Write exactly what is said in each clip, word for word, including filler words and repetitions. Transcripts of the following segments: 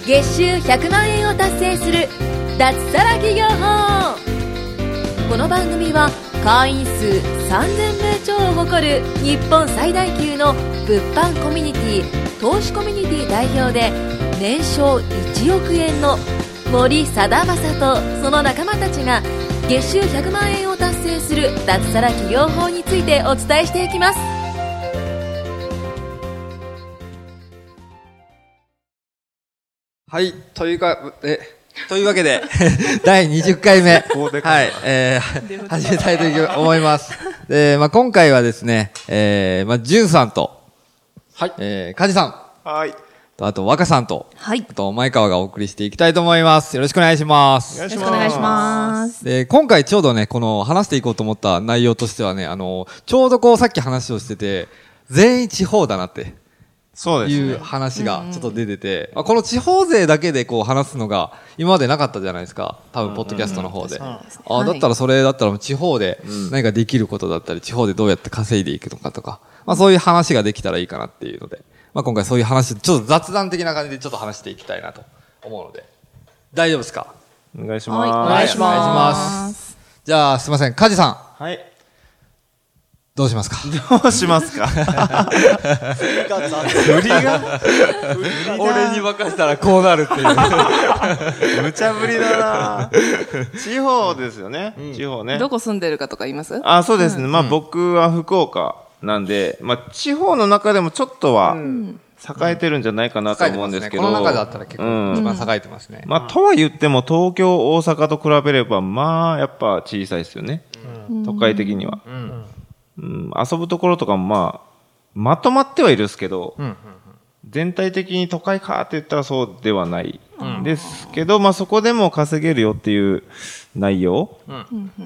月収ひゃくまんえんを達成する脱サラ企業法。この番組は会員数さんぜんめい超を誇る日本最大級の物販コミュニティ投資コミュニティ代表で年商いちおくえんの森貞正とその仲間たちが月収ひゃくまんえんを達成する脱サラ企業法についてお伝えしていきます。 はい、というか、え、というわけで、だいにじゅっかいめ、はい、えー、始めたいと思います。で、まあ、今回はですね、えー、まあ、じゅんさんと、はい、えー、かじさん、はい、と、あと、若さんと、はい、あと、前川がお送りしていきたいと思います。よろしくお願いします。 よろしくお願いします。 で、今回ちょうどね、この話していこうと思った内容としてはね、あの、ちょうどこう、さっき話をしてて、全員地方だなって。そうですね。いう話がちょっと出てて、うんうん、この地方勢だけでこう話すのが今までなかったじゃないですか。多分ポッドキャストの方で。うんうんうん、あ、だったらそれだったら地方で何かできることだったり、地方でどうやって稼いでいくのかとか、まあそういう話ができたらいいかなっていうので、まあ今回そういう話、ちょっと雑談的な感じでちょっと話していきたいなと思うので、大丈夫ですか？ お願いします。 はい、お願いします。じゃあすいません、梶さん。はい。どうしますか？ どうしますか？振りが俺に任せたらこうなるっていう。 無茶ぶりだな。地方ですよね。うん、地方ね。 どこ住んでるかとか言います？ あ、そうですね。うん、まあ僕は福岡なんで、まあ地方の中でもちょっとは栄えてるんじゃないかなと思うんですけど。 うん、この中だったら結構一番栄えてますね。 うん、まあとは言っても東京、大阪と比べればまあやっぱ小さいですよね。うん、都会的には。うんうん、遊ぶところとかもまあ、まとまってはいるんですけど、うんうんうん、全体的に都会かって言ったらそうではないですけど、うん、まあそこでも稼げるよっていう内容、うん、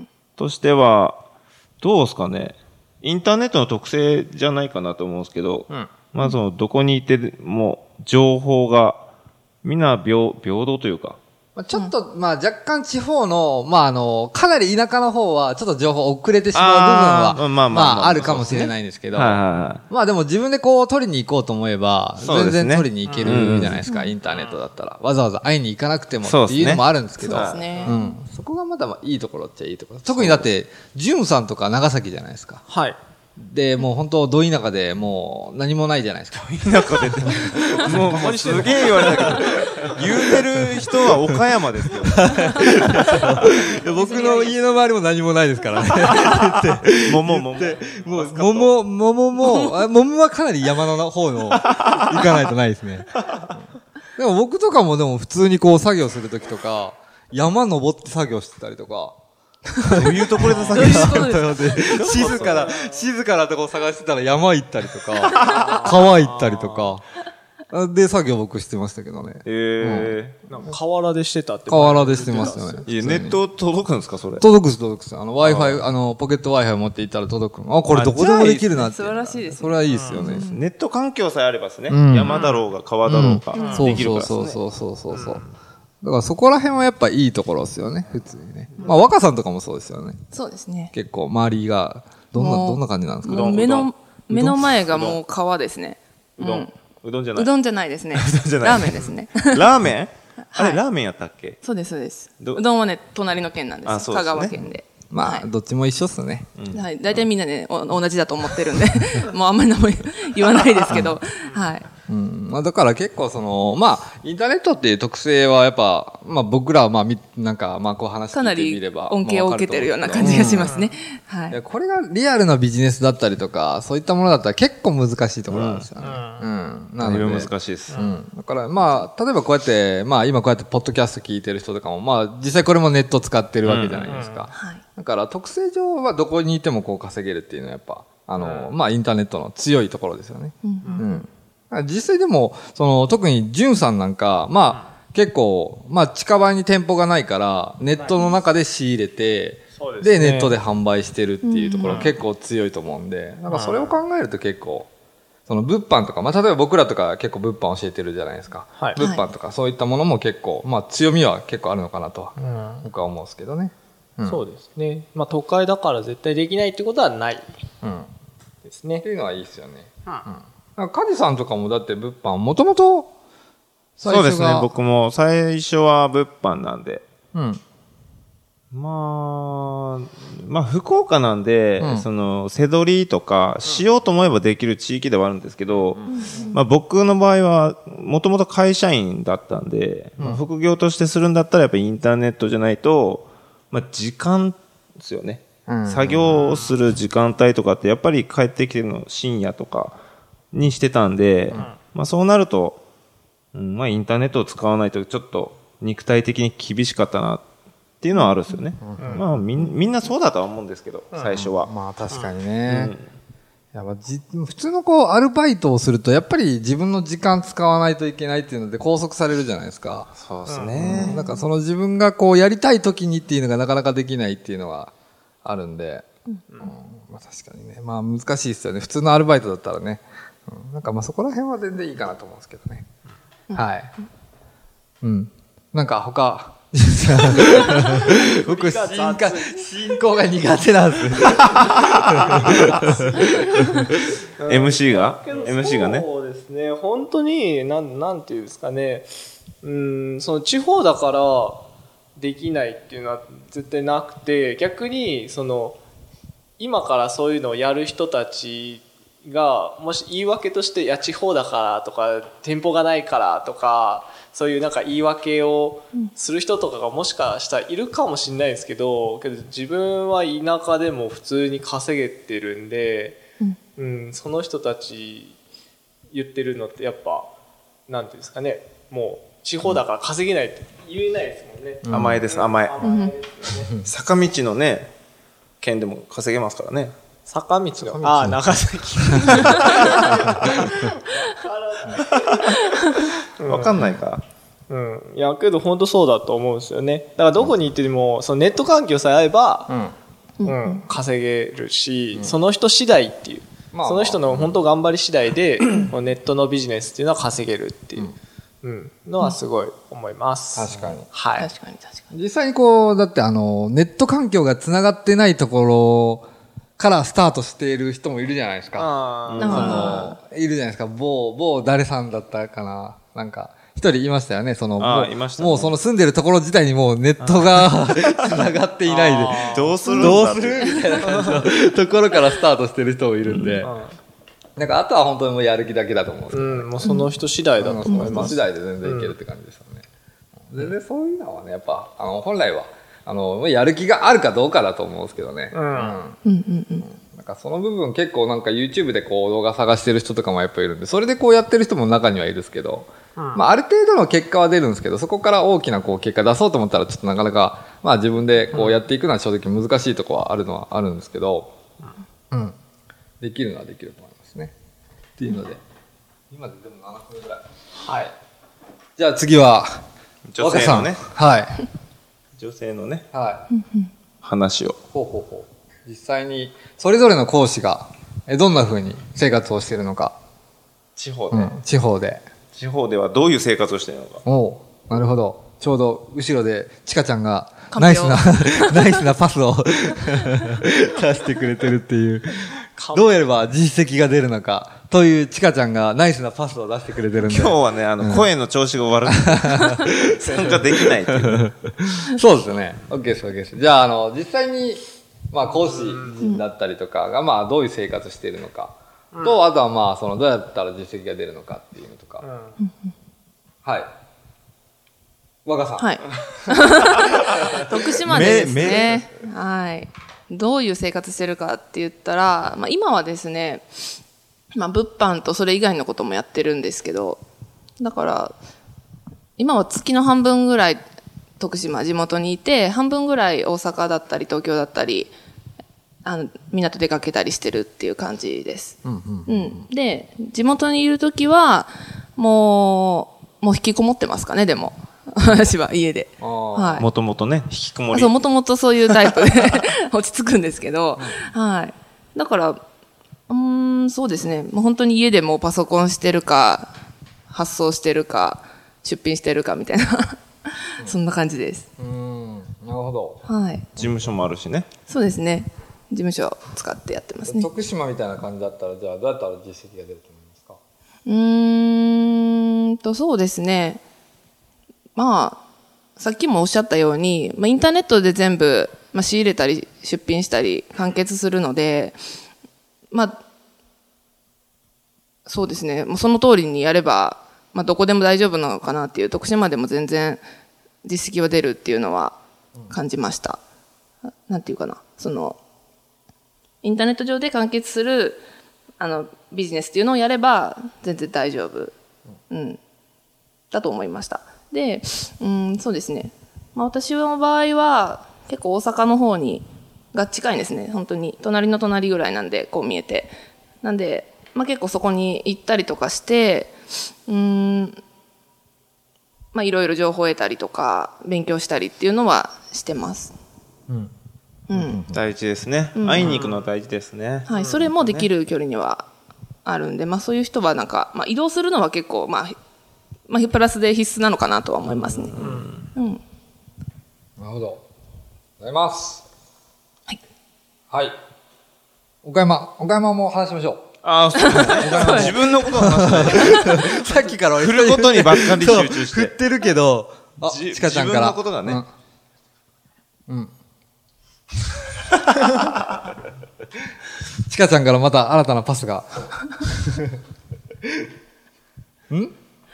としては、どうですかね。インターネットの特性じゃないかなと思うんですけど、うん、まあそのどこにいても情報がみんな平、平等というか、 ちょっと、まあ若干地方の、まああの、かなり田舎の方は、ちょっと情報遅れてしまう部分は、まあまああるかもしれないんですけど、まあでも自分でこう取りに行こうと思えば、全然取りに行けるじゃないですか、インターネットだったら。わざわざ会いに行かなくてもっていうのもあるんですけど、そこがまだいいところっちゃいいところ。特にだって、ジュンさんとか長崎じゃないですか。はい。で、もう本当、ど田舎でもう何もないじゃないですか。 ど田舎でって。もう、もうすげえ言われたけど、言うてる人は岡山ですけど。 僕の家の周りも何もないですからね。 桃、桃。 もう、桃、桃も、桃はかなり山の方の行かないとないですね。でも僕とかもでも普通にこう作業するときとか、山登って作業してたりとか、 どういうところで探してたので、静かな、静かなところ探してたら山行ったりとか、川行ったりとか、で、作業僕してましたけどね。 ええー。なんか河原でしてたって。 河原でしてますよね。 いや、ネット届くんですか、それ。 届くす、届くす。あの、Wi-Fi、あの、ポケット Wi-Fi 持っていったら届く。あ、これどこでもできるなって。 素晴らしいです。 それはいいですよね。 ネット環境さえあればですね。山だろうが川だろうが。できるからですね。 そうそうそうそうそう。だからそこら辺はやっぱいいところですよね、普通にね。まあ若さんとかもそうですよね。 そうですね。 結構周りが、どんな、どんな感じなんですか？ 目の、目の前がもう川ですね。 うどん。うどんじゃない。 うどんじゃないですね。ラーメンですね。 ラーメン？あれラーメンやったっけ？ そうです、そうです。うどんはね、隣の県なんです。香川県で。 まあ、どっちも一緒っすね。 はい。大体みんなね、同じだと思ってるんで、もうあんまり何も言わないですけど、はい。 うん。まあ、だから結構その、まあ、インターネットっていう特性はやっぱ、まあ僕らはまあ、なんか、まあこう話聞いてみれば。 かなり恩恵を受けてるような感じがしますね。はい。 これがリアルなビジネスだったりとか、そういったものだったら結構難しいところなんですよね。うん。 なので難しいです。 うん。だからまあ、例えばこうやって、まあ今こうやってポッドキャスト聞いてる人とかも、まあ実際これもネット使ってるわけじゃないですか。はい。だから特性上はどこにいてもこう稼げるっていうのはやっぱ、あの、まあインターネットの強いところですよね。うん。実際でも、その、特にジュンさんなんか、まあ、結構、まあ、近場に店舗がないから、ネットの中で仕入れて、で、ネットで販売してるっていうところ結構強いと思うんで、なんかそれを考えると結構、その物販とか、まあ、例えば僕らとか結構物販教えてるじゃないですか。はい、物販とかそういったものも結構、まあ、強みは結構あるのかなとは、僕は思うんですけどね。 うん、そうですね。まあ、都会だから絶対できないってことはない。うん。ですね。 っていうのはいいですよね。うん。うん。カジさんとかもだって物販、もともとそうですね。僕も最初は物販なんで。 うん。 まあ、まあ、福岡なんで、うん、その、背取りとか、しようと思えばできる地域ではあるんですけど、うん、まあ、僕の場合は、もともと会社員だったんで、うん、まあ、副業としてするんだったら、やっぱりインターネットじゃないと、まあ、時間ですよね。うん、作業をする時間帯とかって、やっぱり帰ってきてるの深夜とかにしてたんで、うん、まあ、そうなると、うん、まあ、インターネットを使わないと、ちょっと肉体的に厳しかったな、っていうのはあるんですよね。うん、まあみ、みんなそうだとは思うんですけど、うん、最初は。 まあ確かにね。うん、やっぱじ普通のこう、アルバイトをすると、やっぱり自分の時間使わないといけないっていうので拘束されるじゃないですか。 そうですね。 うん、なんかその自分がこう、やりたい時にっていうのがなかなかできないっていうのがあるんで。うんうん、まあ確かにね。まあ難しいですよね。普通のアルバイトだったらね。うん、なんかまあそこら辺は全然いいかなと思うんですけどね。うん、はい。うん。なんか他、僕進化、進行が苦手なんです。 エムシー が エムシー がね。 そうですね。本当に、なん、なんていうんですかね。うん、その地方だからできないっていうのは絶対なくて、逆に、その、今からそういうのをやる人たちが、もし言い訳として、いや、地方だからとか、店舗がないからとか、そういうなんか言い訳をする人とかがもしかしたらいるかもしれないですけど、けど自分は田舎でも普通に稼げてるんで、うん、うん、その人たち言ってるのってやっぱ、なんていうんですかね、もう地方だから稼げないって言えないですもんね。 うん、甘えです、甘え。 甘えですよね。 坂道のね、県でも稼げますからね。 坂道の、ああ、長崎。 わかんないか。 うん。いや、けど本当そうだと思うんですよね。だからどこに行っても、そのネット環境さえあれば、うん、うん、稼げるし、うん、その人次第っていう、まあまあ、その人の本当頑張り次第で、ネットのビジネスっていうのは稼げるっていう、うん、のはすごい思います。 確かに。 はい。 確かに確かに。 実際にこう、だってあの、ネット環境が繋がってないところ、からスタートしている人もいるじゃないですか。あそのいるじゃないですか。某、某誰さんだったかな。なんか、一人いましたよね。その、もう、ね、もうその住んでるところ自体にもうネットが繋がっていないで。 どうするどうするみたいな感じのところからスタートしてる人もいるんで。うん、なんか、あとは本当にもうやる気だけだと思うんですけど、ね。 うん、もうその人次第だと思います。 その人次第で全然いけるって感じですよね。うん、全然そういうのはね、やっぱ、あの、本来は、あの、やる気があるかどうかだと思うんですけどね。うん。うんうんうん。なんかその部分結構なんか YouTube でこう動画探してる人とかもやっぱいるんで、それでこうやってる人も中にはいるんですけど、うん、まあある程度の結果は出るんですけど、そこから大きなこう結果出そうと思ったらちょっとなかなか、まあ自分でこうやっていくのは正直難しいところはあるのはあるんですけど、うん。できるのはできると思いますね。っていうので、今ででもななふんぐらい。はい。じゃあ次は、 女性のね。 はい。 女性のね。 はい。 話を。 ほうほうほう。実際に、それぞれの講師が、え、どんな風に生活をしているのか。 地方で、 うん。地方で。 地方ではどういう生活をしているのか。 おう、なるほど。ちょうど、後ろで、ちかちゃんが、ナイスな、ナイスなパスを出してくれてるっていう。どうやれば実績が出るのか。というちかちゃんがナイスなパスを出してくれてるんで。 今日はね、あの、うん、声の調子が悪くて、参加できないっていう。 そうですね。OK です、OK です。じゃあ、あの、実際に、まあ、講師陣だったりとかが、まあ、どういう生活しているのか、うん、と、あとはまあ、その、どうやったら実績が出るのかっていうのとか。うん、はい。若さん。 はい。徳島でですね。はい。どういう生活してるかって言ったら、まあ、今はですね、まあ、物販とそれ以外のこともやってるんですけど、だから、今は月の半分ぐらい、徳島、地元にいて、半分ぐらい大阪だったり、東京だったり、あの、港出かけたりしてるっていう感じです。うんうんうん、で、地元にいるときは、もう、もう引きこもってますかね、でも。私は家で。 はい。もともとね、引きこもり。 そう、もともとそういうタイプで落ち着くんですけど、はい。だから、うーん、そうですね。もう本当に家でもパソコンしてるか、発送してるか、出品してるかみたいな。そんな感じです。 うん、なるほど。 はい。 事務所もあるしね。 そうですね。事務所を使ってやってますね。 徳島みたいな感じだったら、じゃあどうやったら実績が出ると思いますか？ うーん、 んと、そうですね。まあ、さっきもおっしゃったように、まあ、インターネットで全部、まあ、仕入れたり出品したり完結するので、まあ、そうですね。もうその通りにやれば、まあ、どこでも大丈夫なのかなっていう、徳島でも全然実績は出るっていうのは感じました。うん、なんていうかな。その、インターネット上で完結する、あの、ビジネスっていうのをやれば全然大丈夫。うん。だと思いました。で、うん、そうですね。まあ、私の場合は、結構大阪の方にが近いんですね。本当に。隣の隣ぐらいなんで、こう見えて。なんで、まあ、結構そこに行ったりとかして、うーん、まあ、いろいろ情報を得たりとか、勉強したりっていうのはしてます。うん。うん。 大事ですね。うん、会いに行くのは大事ですね。 はい。それもできる距離にはあるんで、まあ、そういう人はなんか、まあ、移動するのは結構、まあ、まあ、プラスで必須なのかなとは思いますね。うん。うん、 なるほど。ありがとうございます。 はい。 はい。岡山、岡山も話しましょう。 ああ、そうですね。自分のことを話してさっきから振ることにばっかり集中して。 振ってるけど、あ、ちかちゃんから。 自分のことがね。 うん。うん、ちかちゃんからまた新たなパスが。ん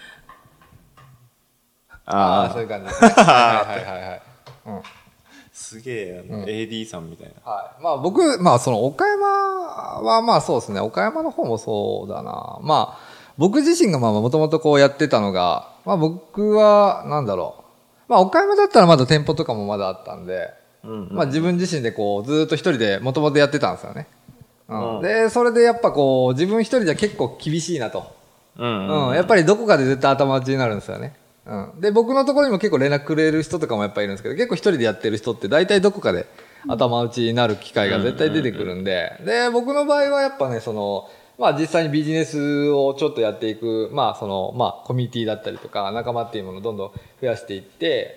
ああ、そういう感じですね。はいはいはいはい。うん。 すげえ、あの、うん、エーディー さんみたいな。 はい。まあ僕、まあその岡山はまあそうですね、岡山の方もそうだな。まあ僕自身がまあもともとこうやってたのが、まあ僕はなんだろう。まあ岡山だったらまだ店舗とかもまだあったんで、うんうん、まあ自分自身でこうずっと一人でもともとやってたんですよね。うんうん、で、それでやっぱこう自分一人じゃ結構厳しいなと。うん、うんうん。やっぱりどこかで絶対頭打ちになるんですよね。うん。で、僕のところにも結構連絡くれる人とかもやっぱりいるんですけど、結構一人でやってる人って大体どこかで頭打ちになる機会が絶対出てくるんで、で、僕の場合はやっぱね、その、まあ実際にビジネスをちょっとやっていく、まあその、まあコミュニティだったりとか仲間っていうものをどんどん増やしていって、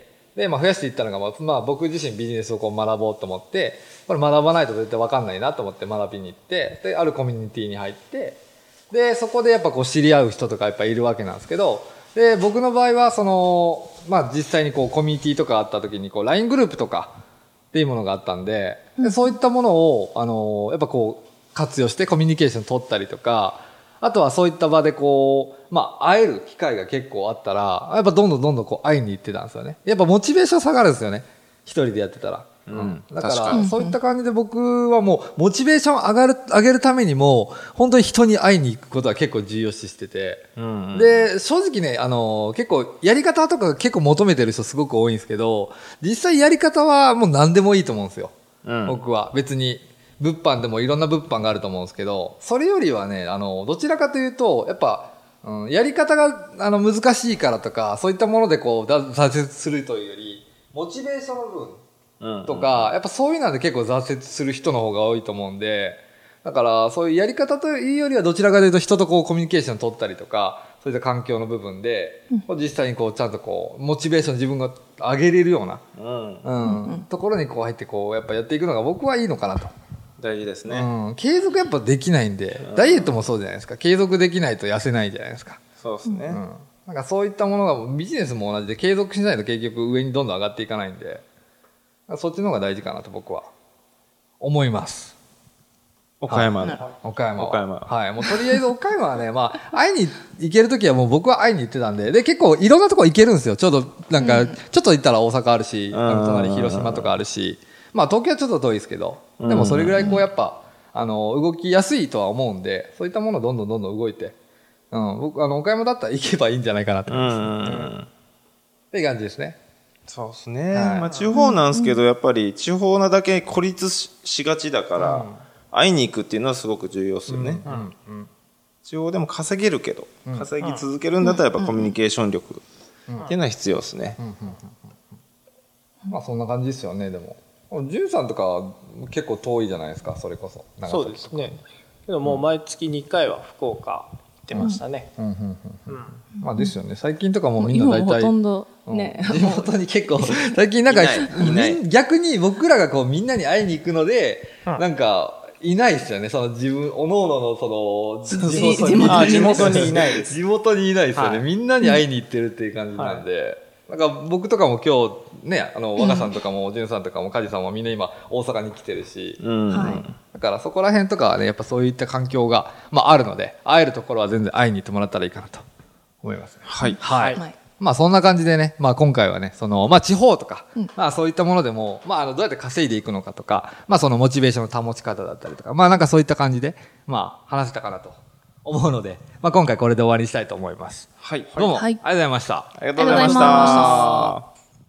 で、まあ増やしていったのが、まあ僕自身ビジネスをこう学ぼうと思って、これ学ばないと絶対わかんないなと思って学びに行って、で、あるコミュニティに入って、で、そこでやっぱこう知り合う人とかやっぱいるわけなんですけど、で、僕の場合は、その、まあ、実際にこう、コミュニティとかあった時に、こう、ライン グループとかっていうものがあったんで、でそういったものを、あの、やっぱこう、活用してコミュニケーション取ったりとか、あとはそういった場でこう、まあ、会える機会が結構あったら、やっぱどんどんどんどんこう、会いに行ってたんですよね。やっぱモチベーション下がるんですよね。一人でやってたら。うん、だから、そういった感じで僕はもう、モチベーション上がる、上げるためにも、本当に人に会いに行くことは結構重要視してて、うんうん、で、正直ね、あの、結構、やり方とか結構求めてる人すごく多いんですけど、実際やり方はもう何でもいいと思うんですよ。うん、僕は。別に、物販でもいろんな物販があると思うんですけど、それよりはね、あの、どちらかというと、やっぱ、うん、やり方が、あの、難しいからとか、そういったものでこう、挫折するというより、モチベーションの部分、とか、やっぱそういうので結構挫折する人の方が多いと思うんで、だからそういうやり方というよりはどちらかというと人とこうコミュニケーション取ったりとか、そういった環境の部分で、うん、実際にこうちゃんとこう、モチベーション自分が上げれるような、うんうんうん、ところにこう入ってこう、やっぱやっていくのが僕はいいのかなと。 大事ですね。 うん。継続やっぱできないんで、うん、ダイエットもそうじゃないですか。継続できないと痩せないじゃないですか。 そうですね。うん。 なんかそういったものがビジネスも同じで継続しないと結局上にどんどん上がっていかないんで、そっちの方が大事かなと僕は思います。 岡山の。 岡山は。 岡山。 はい。もうとりあえず岡山はね、まあ、会いに行けるときはもう僕は会いに行ってたんで、で、結構いろんなとこ行けるんですよ。ちょうど、なんか、ちょっと行ったら大阪あるし、隣広島とかあるし、まあ東京はちょっと遠いですけど、でもそれぐらいこうやっぱ、あの、動きやすいとは思うんで、そういったものどんどんどんどん動いて、うん、僕、あの、岡山だったら行けばいいんじゃないかなと思います。うん。っていう感じですね。 そうですね。はい、まあ地方なんですけど、やっぱり地方なだけ孤立しがちだから、うん、会いに行くっていうのはすごく重要ですよね。うんうんうん、地方でも稼げるけど、うん、稼ぎ続けるんだったらやっぱコミュニケーション力っていうのは必要ですね。 まあそんな感じですよね、でも。じゅんさんとか結構遠いじゃないですか、それこそ。 そうですね。けどもう毎月にかいは福岡行ってましたね。うんうんうんうん、まあですよね。最近とかもうみんな大体。 ほとんどね。 地元に結構、最近なんか逆に僕らがこうみんなに会いに行くので、なんかいないですよね。その自分、おのおののその、 地元にあ地元にいないです。 地元にいないですよね、はい。みんなに会いに行ってるっていう感じなんで。はいなんか僕とかも今日ね、あの、若さんとかも、じゅんさんとかも、かじさんもみんな今大阪に来てるし、うんはい、だからそこら辺とかはね、やっぱそういった環境が、まああるので、会えるところは全然会いに行ってもらったらいいかなと思います、ね。 はい。 はい。はい、まあそんな感じでね、まあ今回はね、その、まあ地方とか、うん、まあそういったものでも、まああの、どうやって稼いでいくのかとか、まあそのモチベーションの保ち方だったりとか、まあなんかそういった感じで、まあ話せたかなと。思うので、まあ、今回これで終わりにしたいと思います。 はい。 どうも、 はい、 ありがとうございました。 ありがとうございました。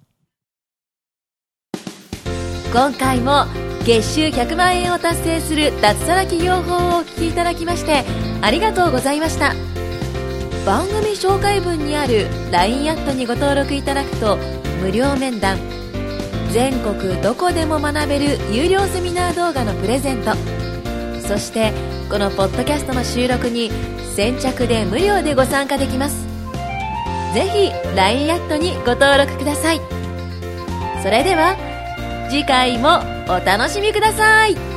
今回も月収ひゃくまんえんを達成する脱サラ企業法をお聞きいただきましてありがとうございました。番組紹介文にある ライン アットにご登録いただくと無料面談、全国どこでも学べる有料セミナー動画のプレゼント、そしてこのポッドキャストの収録に先着で無料でご参加できます。ぜひ ライン アットにご登録ください。それでは次回もお楽しみください。